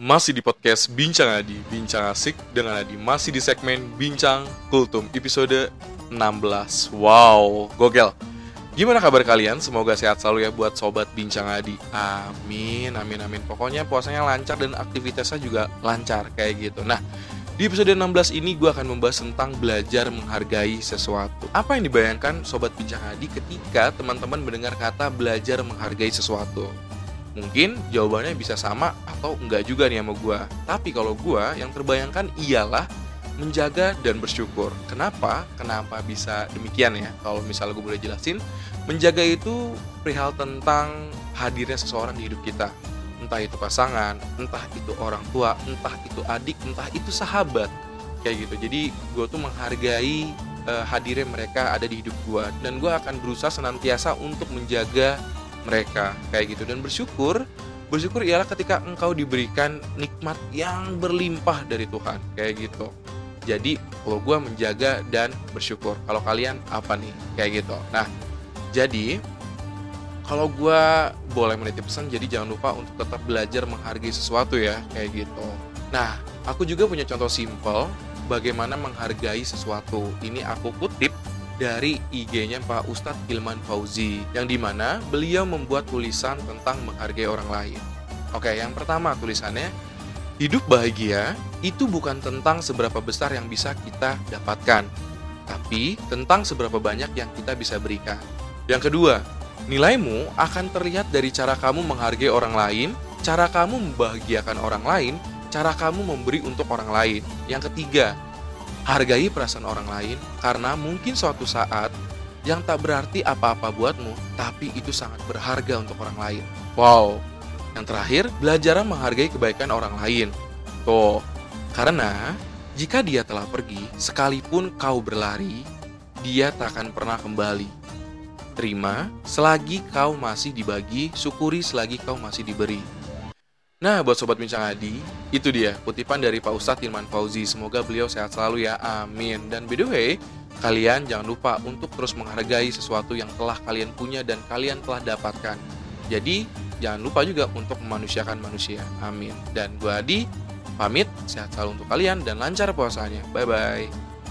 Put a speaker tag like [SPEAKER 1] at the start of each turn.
[SPEAKER 1] Masih di podcast Bincang Adi, Bincang Asik dengan Adi. Masih di segmen Bincang Kultum, episode 16. Wow, gokil. Gimana kabar kalian? Semoga sehat selalu ya buat Sobat Bincang Adi. Amin, amin, amin. Pokoknya puasanya lancar dan aktivitasnya juga lancar kayak gitu. Nah, di episode 16 ini gue akan membahas tentang belajar menghargai sesuatu. Apa yang dibayangkan Sobat Bincang Adi ketika teman-teman mendengar kata belajar menghargai sesuatu? Mungkin jawabannya bisa sama atau enggak juga nih sama gue. Tapi kalau gue, yang terbayangkan ialah menjaga dan bersyukur. Kenapa? Kenapa bisa demikian ya? Kalau misalnya gue boleh jelasin, menjaga itu perihal tentang hadirnya seseorang di hidup kita. Entah itu pasangan, entah itu orang tua, entah itu adik, entah itu sahabat. Kayak gitu. Jadi gue tuh menghargai hadirnya mereka ada di hidup gue. Dan gue akan berusaha senantiasa untuk menjaga mereka kayak gitu. Dan bersyukur ialah ketika engkau diberikan nikmat yang berlimpah dari Tuhan kayak gitu. Jadi kalau gue menjaga dan bersyukur. Kalau kalian apa nih kayak gitu. Nah, jadi kalau gue boleh menitip pesan, jadi jangan lupa untuk tetap belajar menghargai sesuatu ya kayak gitu. Nah, aku juga punya contoh simple bagaimana menghargai sesuatu. Ini aku kutip dari IG-nya Pak Ustadz Hilman Fauzi, yang dimana beliau membuat tulisan tentang menghargai orang lain. Oke, yang pertama tulisannya, hidup bahagia itu bukan tentang seberapa besar yang bisa kita dapatkan, tapi tentang seberapa banyak yang kita bisa berikan. Yang kedua, nilaimu akan terlihat dari cara kamu menghargai orang lain, cara kamu membahagiakan orang lain, cara kamu memberi untuk orang lain. Yang ketiga, hargai perasaan orang lain, karena mungkin suatu saat yang tak berarti apa-apa buatmu, tapi itu sangat berharga untuk orang lain. Wow. Yang terakhir, belajar menghargai kebaikan orang lain. Tuh, karena jika dia telah pergi, sekalipun kau berlari, dia tak akan pernah kembali. Terima selagi kau masih dibagi, syukuri selagi kau masih diberi. Nah, buat Sobat Bincang Adi, itu dia kutipan dari Pak Ustadz Hilman Fauzi. Semoga beliau sehat selalu ya, amin. Dan by the way, kalian jangan lupa untuk terus menghargai sesuatu yang telah kalian punya dan kalian telah dapatkan. Jadi, jangan lupa juga untuk memanusiakan manusia, amin. Dan gue Adi, pamit, sehat selalu untuk kalian dan lancar puasanya. Bye-bye.